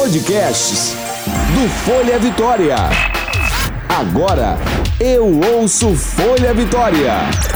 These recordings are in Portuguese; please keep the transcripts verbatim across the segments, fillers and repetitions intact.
Podcasts do Folha Vitória. Agora eu ouço Folha Vitória.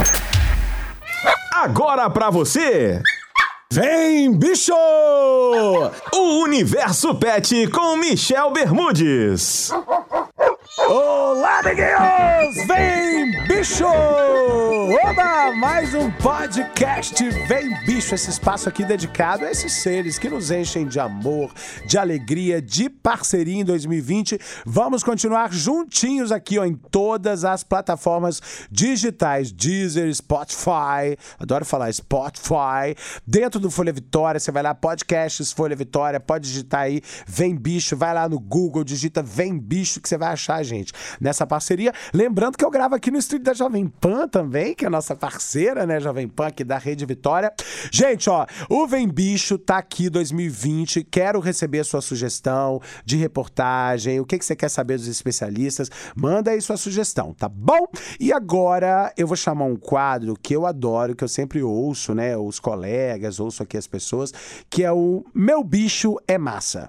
Agora pra você. Vem, bicho! O Universo Pet com Michel Bermudes. Olá, amiguinhos! Vem, bicho! Oba! Mais um podcast Vem, bicho! Esse espaço aqui dedicado a esses seres que nos enchem de amor, de alegria, de parceria em dois mil e vinte. Vamos continuar juntinhos aqui, ó, em todas as plataformas digitais. Deezer, Spotify, adoro falar Spotify. Dentro do Folha Vitória, você vai lá, podcasts Folha Vitória, pode digitar aí Vem, bicho, vai lá no Google, digita Vem, bicho, que você vai achar, gente, nessa parceria. Lembrando que eu gravo aqui no estúdio da Jovem Pan também, que é a nossa parceira, né, Jovem Pan, aqui da Rede Vitória. Gente, ó, o Vem Bicho tá aqui dois mil e vinte, quero receber a sua sugestão de reportagem, o que, que você quer saber dos especialistas, manda aí sua sugestão, tá bom? E agora eu vou chamar um quadro que eu adoro, que eu sempre ouço, né, os colegas, ouço aqui as pessoas, que é o Meu Bicho é Massa.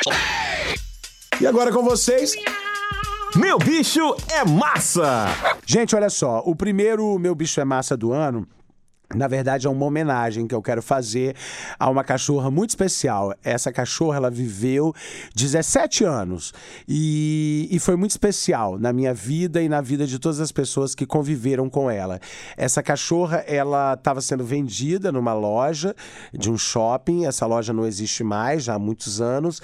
E agora com vocês... Meu Bicho é Massa! Gente, olha só, o primeiro Meu Bicho é Massa do ano, na verdade, é uma homenagem que eu quero fazer a uma cachorra muito especial. Essa cachorra, ela viveu dezessete anos e, e foi muito especial na minha vida e na vida de todas as pessoas que conviveram com ela. Essa cachorra, ela estava sendo vendida numa loja de um shopping. Essa loja não existe mais já há muitos anos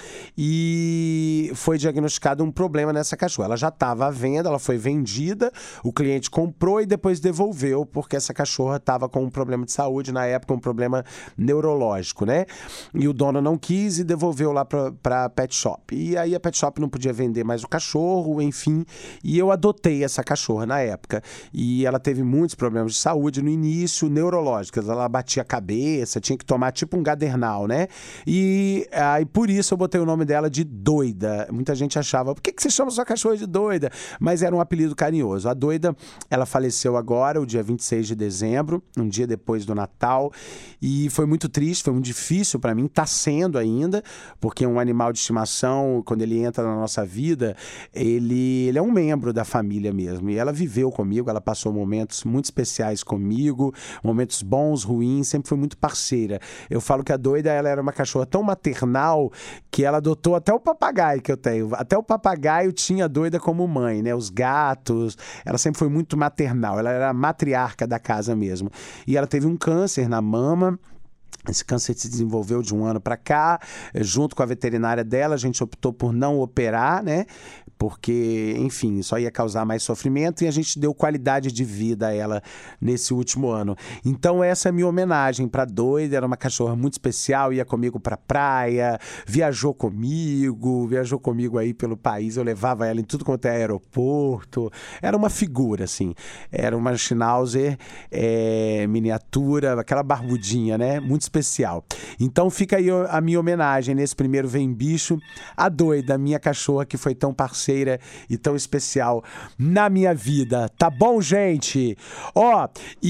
e foi diagnosticado um problema nessa cachorra. Ela já estava à venda, ela foi vendida, o cliente comprou e depois devolveu porque essa cachorra estava com um problema de saúde, na época um problema neurológico, né? E o dono não quis e devolveu lá pra, pra pet shop. E aí a pet shop não podia vender mais o cachorro, enfim, e eu adotei essa cachorra na época. E ela teve muitos problemas de saúde no início, neurológicos. Ela batia a cabeça, tinha que tomar tipo um Gadernal, né? E aí por isso eu botei o nome dela de Doida. Muita gente achava, por que, que você chama sua cachorra de Doida? Mas era um apelido carinhoso. A Doida, ela faleceu agora, o dia vinte e seis de dezembro, um dia depois do Natal, e foi muito triste, foi muito difícil para mim, tá sendo ainda, porque um animal de estimação, quando ele entra na nossa vida, ele, ele é um membro da família mesmo, e ela viveu comigo, ela passou momentos muito especiais comigo, momentos bons, ruins, sempre foi muito parceira. Eu falo que a Doida, ela era uma cachorra tão maternal, que ela adotou até o papagaio que eu tenho, até o papagaio tinha a Doida como mãe, né, os gatos, ela sempre foi muito maternal, ela era a matriarca da casa mesmo. E ela teve um câncer na mama. Esse câncer se desenvolveu de um ano para cá. Junto com a veterinária dela, a gente optou por não operar, né? Porque, enfim, só ia causar mais sofrimento e a gente deu qualidade de vida a ela nesse último ano. Então essa é a minha homenagem para Doida, era uma cachorra muito especial, ia comigo para praia, viajou comigo, viajou comigo aí pelo país, eu levava ela em tudo quanto é aeroporto, era uma figura, assim, era uma Schnauzer é, miniatura, aquela barbudinha, né, muito especial. Então fica aí a minha homenagem nesse primeiro Vem Bicho, a Doida, minha cachorra que foi tão parceira e tão especial na minha vida, tá bom, gente? Ó,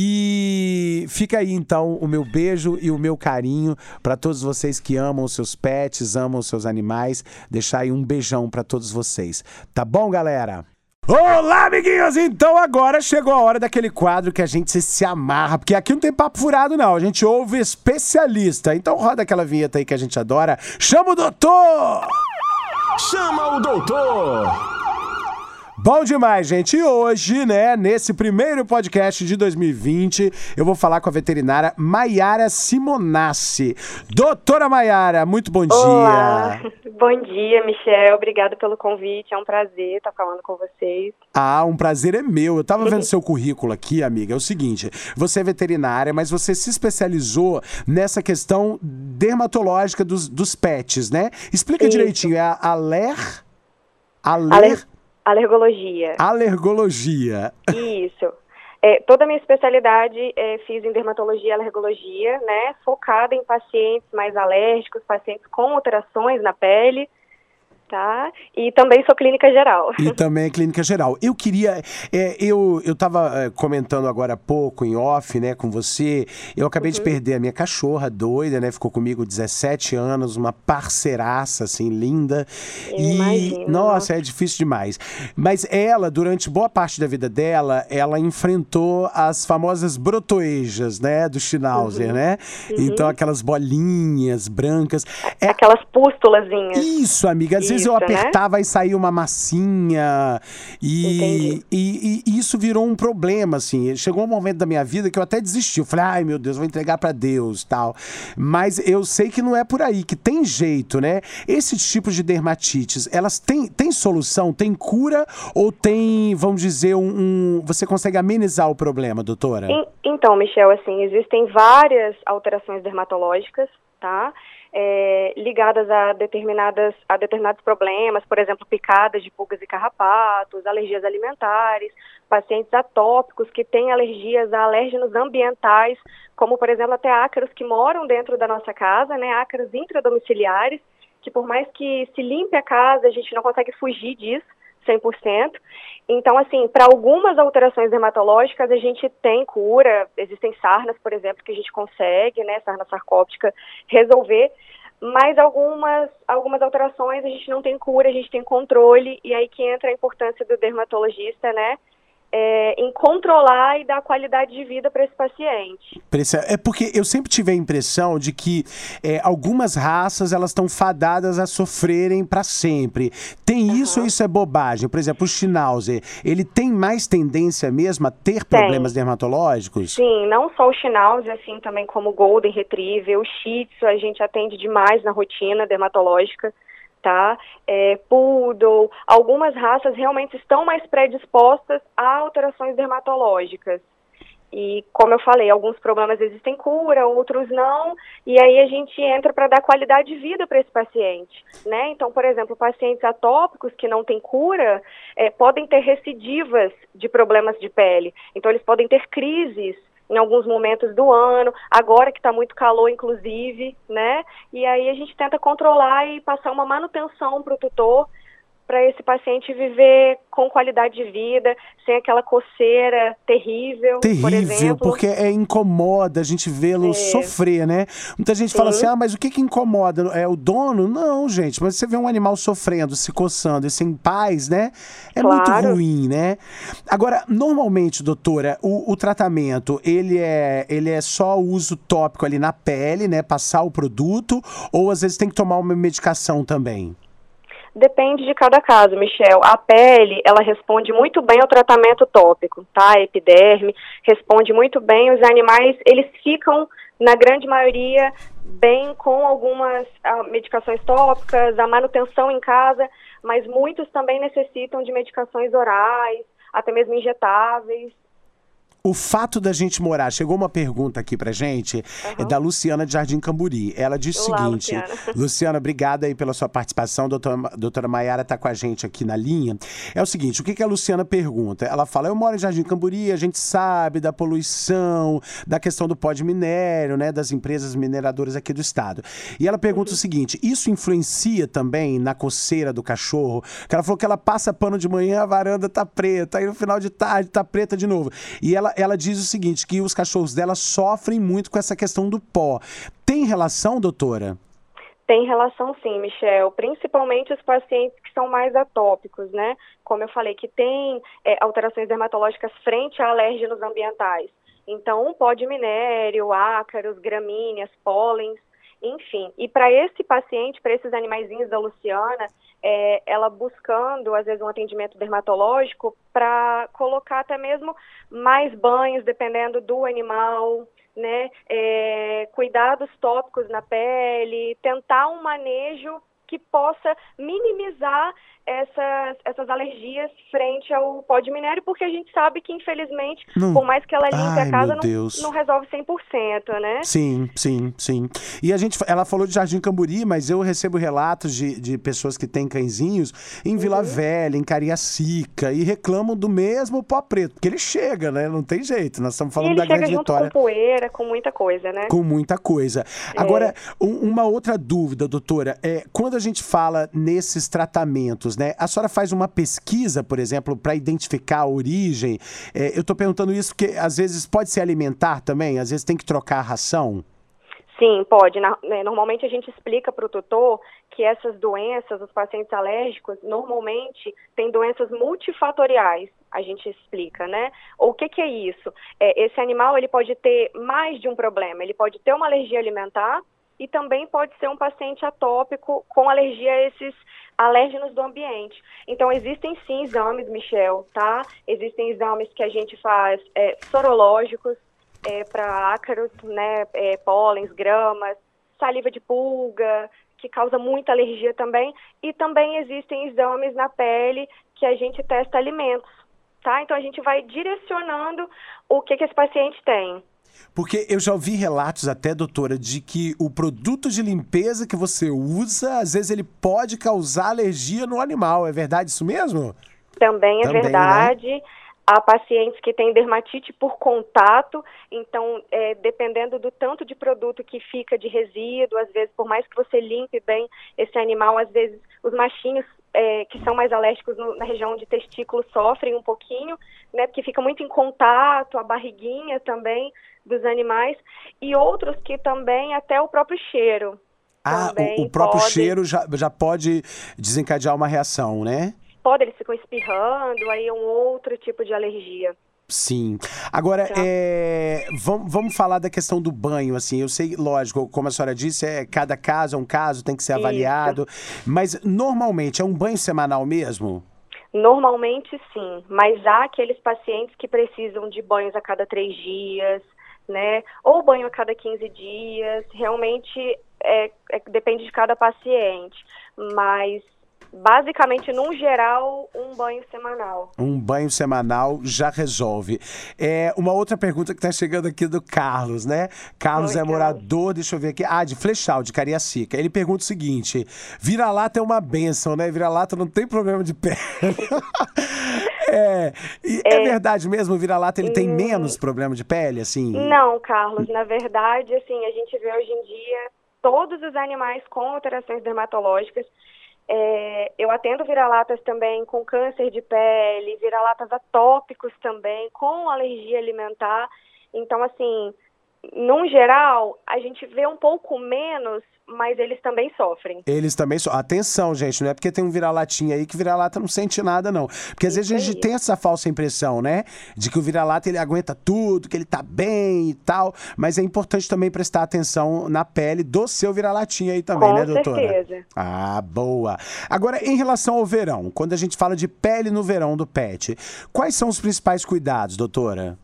e fica aí então o meu beijo e o meu carinho para todos vocês que amam os seus pets, amam os seus animais, deixar aí um beijão para todos vocês, tá bom, galera? Olá, amiguinhos! Então agora chegou a hora daquele quadro que a gente se, se amarra, porque aqui não tem papo furado não, a gente ouve especialista, então roda aquela vinheta aí que a gente adora, chama o doutor! Chama o doutor! Bom demais, gente. E hoje, né, nesse primeiro podcast de dois mil e vinte, eu vou falar com a veterinária Maiara Simonassi. Doutora Maiara, muito bom dia. Olá, bom dia, Michel. Obrigada pelo convite. É um prazer estar falando com vocês. Ah, um prazer é meu. Eu tava vendo seu currículo aqui, amiga. É o seguinte, você é veterinária, mas você se especializou nessa questão dermatológica dos, dos pets, né? Explica Isso. direitinho. É a aler... Aler... aler... Alergologia. Alergologia. Isso. É, toda a minha especialidade é, fiz em dermatologia e alergologia, né? Focada em pacientes mais alérgicos, pacientes com alterações na pele. Tá? E também sou clínica geral. E também é clínica geral. Eu queria, é, eu eu estava é, comentando agora há pouco em off, né, com você, eu acabei uhum. de perder a minha cachorra doida, né, ficou comigo dezessete anos, uma parceiraça, assim, linda. Eu e, imagino. Nossa, é difícil demais. Mas ela, durante boa parte da vida dela, ela enfrentou as famosas brotoejas, né, do Schnauzer, uhum. né? Uhum. Então, aquelas bolinhas brancas. É... Aquelas pústulazinhas. Isso, amiga, às vezes Isso, eu apertava né? e saía uma massinha e, e, e isso virou um problema, assim. Chegou um momento da minha vida que eu até desisti. Eu falei, ai meu Deus, vou entregar pra Deus, tal. Mas eu sei que não é por aí, que tem jeito, né? Esses tipos de dermatites, elas têm, têm solução, tem cura ou tem, vamos dizer, um, um... Você consegue amenizar o problema, doutora? Então, Michel, assim, existem várias alterações dermatológicas, tá? É, ligadas a, determinadas, a determinados problemas, por exemplo, picadas de pulgas e carrapatos, alergias alimentares, pacientes atópicos que têm alergias a alérgenos ambientais, como, por exemplo, até ácaros que moram dentro da nossa casa, né, ácaros intradomiciliares, que por mais que se limpe a casa, a gente não consegue fugir disso cem por cento. Então, assim, para algumas alterações dermatológicas a gente tem cura, existem sarnas, por exemplo, que a gente consegue, né, sarna sarcóptica, resolver, mas algumas, algumas alterações a gente não tem cura, a gente tem controle, e aí que entra a importância do dermatologista, né, É, em controlar e dar qualidade de vida para esse paciente. É porque eu sempre tive a impressão de que é, algumas raças elas estão fadadas a sofrerem para sempre. Tem uhum. isso ou isso é bobagem? Por exemplo, o Schnauzer, ele tem mais tendência mesmo a ter tem. problemas dermatológicos? Sim, não só o Schnauzer, assim também como o Golden Retriever, o Shih Tzu a gente atende demais na rotina dermatológica. Tá? É, poodle, algumas raças realmente estão mais predispostas a alterações dermatológicas. E, como eu falei, alguns problemas existem cura, outros não, e aí a gente entra para dar qualidade de vida para esse paciente, né? Então, por exemplo, pacientes atópicos que não têm cura é, podem ter recidivas de problemas de pele. Então, eles podem ter crises em alguns momentos do ano, agora que está muito calor, inclusive, né? E aí a gente tenta controlar e passar uma manutenção para o tutor, para esse paciente viver com qualidade de vida, sem aquela coceira terrível, terrível, por exemplo. Porque é, incomoda a gente vê-lo é. sofrer, né? Muita gente Sim. fala assim, ah, mas o que que incomoda? É o dono? Não, gente, mas você vê um animal sofrendo, se coçando e sem paz, né? É claro. muito ruim, né? Agora, normalmente, doutora, o, o tratamento, ele é, ele é só uso tópico ali na pele, né? Passar o produto, ou às vezes tem que tomar uma medicação também? Depende de cada caso, Michel. A pele, ela responde muito bem ao tratamento tópico, tá? A epiderme responde muito bem. Os animais, eles ficam, na grande maioria, bem com algumas ah, medicações tópicas, a manutenção em casa, mas muitos também necessitam de medicações orais, até mesmo injetáveis. O fato da gente morar... Chegou uma pergunta aqui pra gente, uhum. é da Luciana de Jardim Camburi. Ela diz o seguinte... Luciana. Luciana, obrigada aí pela sua participação. Doutora, doutora Maiara tá com a gente aqui na linha. É o seguinte, o que, que a Luciana pergunta? Ela fala, eu moro em Jardim Camburi, a gente sabe da poluição, da questão do pó de minério, né, das empresas mineradoras aqui do estado. E ela pergunta uhum. o seguinte, isso influencia também na coceira do cachorro? Que ela falou que ela passa pano de manhã, a varanda tá preta, aí no final de tarde tá preta de novo. E ela Ela diz o seguinte, que os cachorros dela sofrem muito com essa questão do pó. Tem relação, doutora? Tem relação sim, Michel, principalmente os pacientes que são mais atópicos, né? Como eu falei, que tem é, alterações dermatológicas frente a alérgenos ambientais. Então, pó de minério, ácaros, gramíneas, pólens, enfim. E para esse paciente, para esses animaizinhos da Luciana, é, ela buscando, às vezes, um atendimento dermatológico para colocar até mesmo mais banhos, dependendo do animal, né? É, cuidados tópicos na pele, tentar um manejo que possa minimizar essas, essas alergias frente ao pó de minério, porque a gente sabe que, infelizmente, não. por mais que ela limpe Ai, a casa, não, não resolve cem por cento, né? Sim, sim, sim. E a gente, ela falou de Jardim Camburi, mas eu recebo relatos de, de pessoas que têm cãezinhos em Vila uhum. Velha, em Cariacica, e reclamam do mesmo pó preto, porque ele chega, né? Não tem jeito, nós estamos falando e ele da Grande chega junto Vitória. Com poeira, com muita coisa, né? Com muita coisa. É. Agora, um, uma outra dúvida, doutora, é, quando quando a gente fala nesses tratamentos, né, a senhora faz uma pesquisa, por exemplo, para identificar a origem? É, eu estou perguntando isso porque às vezes pode se alimentar também, às vezes tem que trocar a ração. Sim, pode. Na, né, normalmente a gente explica para o tutor que essas doenças, os pacientes alérgicos, normalmente têm doenças multifatoriais, a gente explica, né? O que que é isso? É, esse animal, ele pode ter mais de um problema, ele pode ter uma alergia alimentar e também pode ser um paciente atópico com alergia a esses alérgenos do ambiente. Então, existem sim exames, Michel, tá? Existem exames que a gente faz é, sorológicos, É, para ácaros, né, é, pólens, gramas, saliva de pulga, que causa muita alergia também, e também existem exames na pele que a gente testa alimentos, tá? Então a gente vai direcionando o que, que esse paciente tem. Porque eu já ouvi relatos até, doutora, de que o produto de limpeza que você usa, às vezes ele pode causar alergia no animal, é verdade isso mesmo? Também é Também, verdade. Né? Há pacientes que têm dermatite por contato, então, é, dependendo do tanto de produto que fica de resíduo, às vezes, por mais que você limpe bem esse animal, às vezes os machinhos é, que são mais alérgicos no, na região de testículo sofrem um pouquinho, né, porque fica muito em contato, a barriguinha também dos animais, e outros que também até o próprio cheiro. Ah, o, o próprio pode... cheiro já, já pode desencadear uma reação, né? Pode, eles ficam espirrando, aí é um outro tipo de alergia. Sim. Agora, Tá. é, vamos, vamos falar da questão do banho, assim, eu sei, lógico, como a senhora disse, é, cada caso é um caso, tem que ser avaliado, Isso. Mas normalmente é um banho semanal mesmo? Normalmente sim, mas há aqueles pacientes que precisam de banhos a cada três dias, né, ou banho a cada quinze dias, realmente é, é, depende de cada paciente, mas basicamente, num geral, um banho semanal. Um banho semanal já resolve. É, uma outra pergunta que está chegando aqui do Carlos, né? Carlos Oi, é morador, deixa eu ver aqui, ah, de Flechal, de Cariacica. Ele pergunta o seguinte, vira-lata é uma bênção, né? Vira-lata não tem problema de pele. é, e é, é verdade mesmo, o vira-lata ele tem hum, menos problema de pele, assim? Não, Carlos, na verdade, assim, a gente vê hoje em dia todos os animais com alterações dermatológicas. É, eu atendo vira-latas também com câncer de pele, vira-latas atópicos também, com alergia alimentar. Então, assim, num geral, a gente vê um pouco menos, mas eles também sofrem. Eles também sofrem. Atenção, gente, não é porque tem um vira-latinha aí que vira-lata não sente nada, não. Porque às Isso vezes a gente aí. tem essa falsa impressão, né? De que o vira-lata ele aguenta tudo, que ele tá bem e tal. Mas é importante também prestar atenção na pele do seu vira-latinha aí também, Com né, doutora? Com certeza. Ah, boa. Agora, em relação ao verão, quando a gente fala de pele no verão do pet, quais são os principais cuidados, doutora?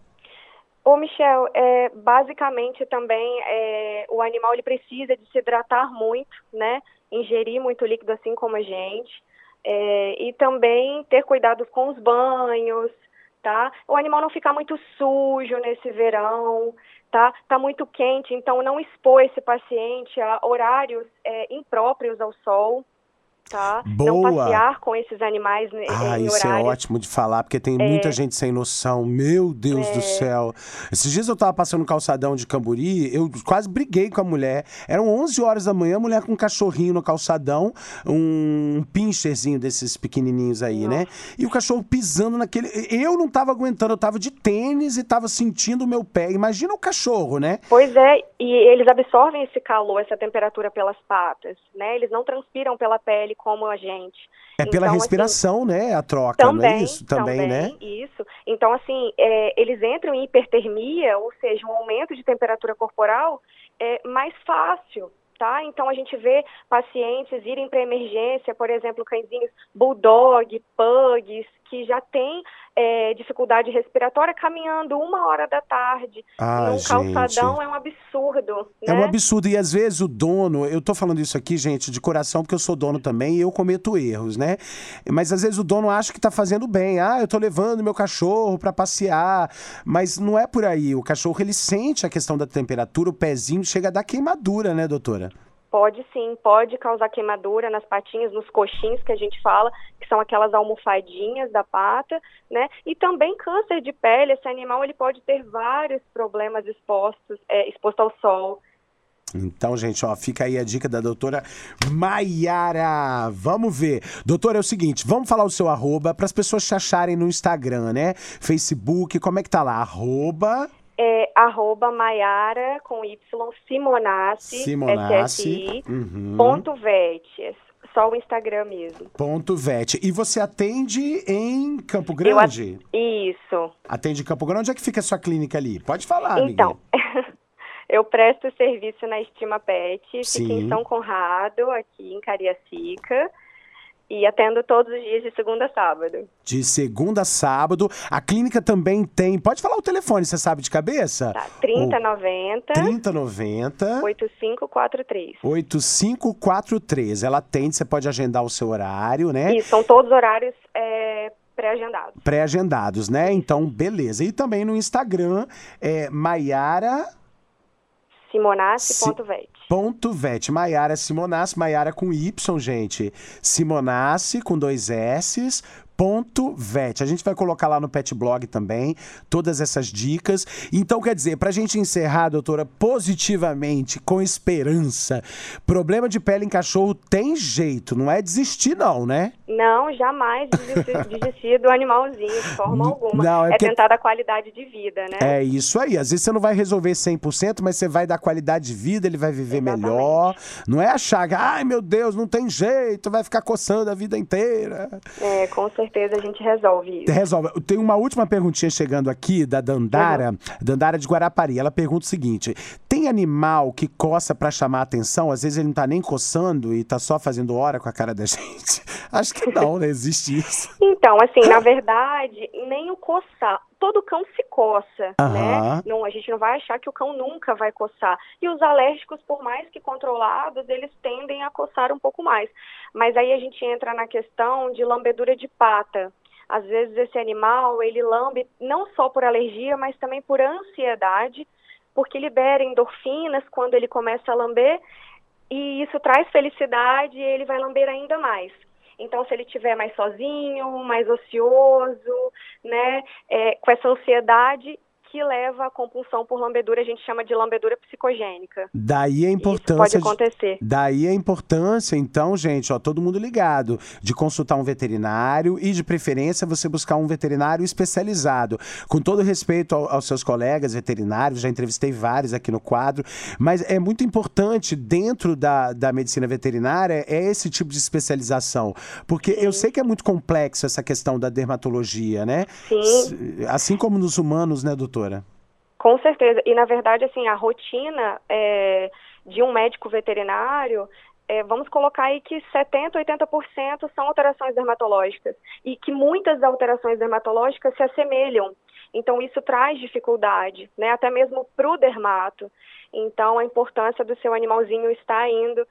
Ô, Michel, é, basicamente também é, o animal ele precisa de se hidratar muito, né? Ingerir muito líquido assim como a gente. É, e também ter cuidado com os banhos, tá? O animal não ficar muito sujo nesse verão, tá? Tá muito quente, então não expor esse paciente a horários é, impróprios ao sol. Tá? Boa. Não passear com esses animais em Ah, horários... isso é ótimo de falar, porque tem muita É. gente sem noção. Meu Deus É. do céu. Esses dias eu tava passando no calçadão de Camburi, eu quase briguei com a mulher. Eram onze horas da manhã, a mulher com um cachorrinho no calçadão, um pincherzinho desses pequenininhos aí, Nossa. né? E o cachorro pisando naquele... Eu não tava aguentando, eu tava de tênis e tava sentindo o meu pé. Imagina o cachorro, né? Pois é, e eles absorvem esse calor, essa temperatura pelas patas, né? Eles não transpiram pela pele como a gente. É pela então, respiração, assim, né? A troca, também, não é isso? Também, também, né? Isso. Então, assim, é, eles entram em hipertermia, ou seja, um aumento de temperatura corporal é mais fácil, tá? Então, a gente vê pacientes irem para emergência, por exemplo, cãezinhos bulldog, pugs, que já têm é, dificuldade respiratória caminhando uma hora da tarde Ah, num gente. calçadão, é um absurdo, É né? um absurdo, e às vezes o dono, eu tô falando isso aqui, gente, de coração, porque eu sou dono também e eu cometo erros, né? Mas às vezes o dono acha que tá fazendo bem, ah, eu tô levando meu cachorro pra passear, mas não é por aí, o cachorro ele sente a questão da temperatura, o pezinho chega a dar queimadura, né, doutora? Pode sim, pode causar queimadura nas patinhas, nos coxins que a gente fala, que são aquelas almofadinhas da pata, né? E também câncer de pele, esse animal ele pode ter vários problemas expostos, é, exposto ao sol. Então, gente, ó, fica aí a dica da doutora Maiara. Vamos ver. Doutora, é o seguinte, vamos falar o seu arroba para as pessoas te acharem no Instagram, né? Facebook, como é que tá lá? Arroba... É arroba Maiara, com Y, Simonassi, Simonassi, S S I, uhum. ponto vet. É só o Instagram mesmo. Ponto vet. E você atende em Campo Grande? Eu at... Isso. Atende em Campo Grande? Onde é que fica a sua clínica ali? Pode falar, Então, eu presto serviço na Estima Pet, Sim. fica em São Conrado, aqui em Cariacica. E atendo todos os dias de segunda a sábado. De segunda a sábado. A clínica também tem... Pode falar o telefone, você sabe de cabeça? Tá, trinta noventa. trinta noventa. oito cinco quatro três. oito cinco quatro três. Ela atende, você pode agendar o seu horário, né? Isso, são todos horários é, pré-agendados. Pré-agendados, né? Então, beleza. E também no Instagram, é Maiara... Simonassi ponto vet. Ponto vet. Maiara Simonassi, Maiara com Y, gente. Simonassi com dois S's. Ponto vet. A gente vai colocar lá no Pet Blog também todas essas dicas. Então, quer dizer, pra gente encerrar, doutora, positivamente, com esperança, problema de pele em cachorro tem jeito, não é desistir não, né? Não, jamais desistir, desistir do animalzinho de forma alguma. Não, é é porque... tentar dar qualidade de vida, né? É isso aí. Às vezes você não vai resolver cem por cento, mas você vai dar qualidade de vida, ele vai viver Exatamente. melhor. Não é achar que, ai meu Deus, não tem jeito, vai ficar coçando a vida inteira. É, com certeza a gente resolve isso. Resolve. Tem uma última perguntinha chegando aqui da Dandara, uhum. Dandara de Guarapari. Ela pergunta o seguinte: tem animal que coça pra chamar a atenção? Às vezes ele não tá nem coçando e tá só fazendo hora com a cara da gente. Acho que não, né? Existe isso. Então, assim, na verdade, nem o coçar. Todo cão se coça, uhum. né? Não, a gente não vai achar que o cão nunca vai coçar. E os alérgicos, por mais que controlados, eles tendem a coçar um pouco mais. Mas aí a gente entra na questão de lambedura de pata. Às vezes esse animal, ele lambe não só por alergia, mas também por ansiedade, porque libera endorfinas quando ele começa a lamber, e isso traz felicidade e ele vai lamber ainda mais. Então, se ele estiver mais sozinho, mais ocioso, né, é, com essa ansiedade que leva à compulsão por lambedura, a gente chama de lambedura psicogênica. Daí a importância... Isso pode acontecer. De, daí a importância, então, gente, ó, todo mundo ligado, de consultar um veterinário e, de preferência, você buscar um veterinário especializado. Com todo respeito ao, aos seus colegas veterinários, já entrevistei vários aqui no quadro, mas é muito importante, dentro da, da medicina veterinária, é esse tipo de especialização. Porque Sim. eu sei que é muito complexo essa questão da dermatologia, né? Sim. Assim como nos humanos, né, doutora? Com certeza. E, na verdade, assim, a rotina é, de um médico veterinário, é, vamos colocar aí que setenta por cento, oitenta por cento são alterações dermatológicas. E que muitas alterações dermatológicas se assemelham. Então, isso traz dificuldade, né? Até mesmo para o dermato. Então, a importância do seu animalzinho estar indo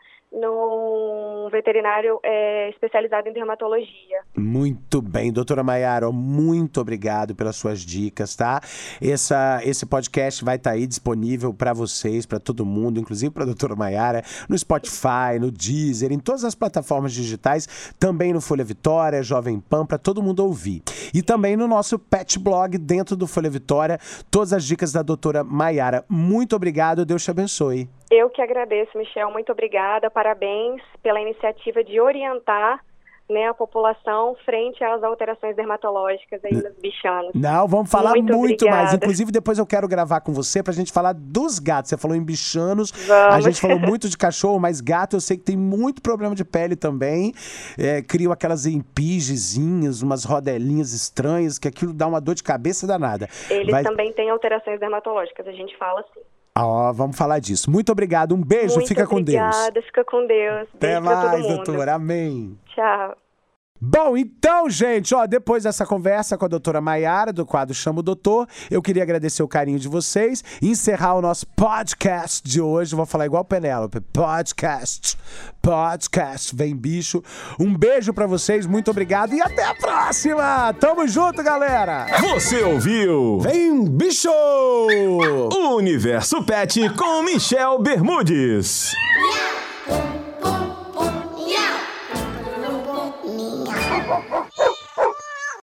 num veterinário é, especializado em dermatologia. Muito bem, doutora Maiara, muito obrigado pelas suas dicas, tá? Essa, esse podcast vai estar tá aí disponível para vocês, para todo mundo, inclusive para a doutora Maiara, no Spotify, no Deezer, em todas as plataformas digitais, também no Folha Vitória, Jovem Pan, para todo mundo ouvir. E também no nosso Pet Blog, dentro do Folha Vitória, todas as dicas da doutora Maiara. Muito obrigado, Deus te abençoe. Eu que agradeço, Michel, muito obrigada, parabéns pela iniciativa de orientar, né, a população frente às alterações dermatológicas aí nos bichanos. Não, vamos falar muito, muito mais. Inclusive, depois eu quero gravar com você pra gente falar dos gatos. Você falou em bichanos, vamos. A gente falou muito de cachorro, mas gato eu sei que tem muito problema de pele também. É, criam aquelas empigezinhas, umas rodelinhas estranhas, que aquilo dá uma dor de cabeça danada. Eles Vai... também têm alterações dermatológicas, a gente fala assim. Ó, oh, vamos falar disso. Muito obrigado, um beijo, muito fica com Deus. Obrigada, fica com Deus. Até Beijo pra todo mais, mundo. doutora, amém. Tchau. Bom, então, gente, ó, depois dessa conversa com a doutora Maiara, do quadro Chama o Doutor, eu queria agradecer o carinho de vocês e encerrar o nosso podcast de hoje. Vou falar igual Penélope. Podcast. Podcast. Vem, bicho. Um beijo pra vocês, muito obrigado e até a próxima! Tamo junto, galera! Você ouviu? Vem, bicho! O Universo Pet com Michel Bermudes. Yeah!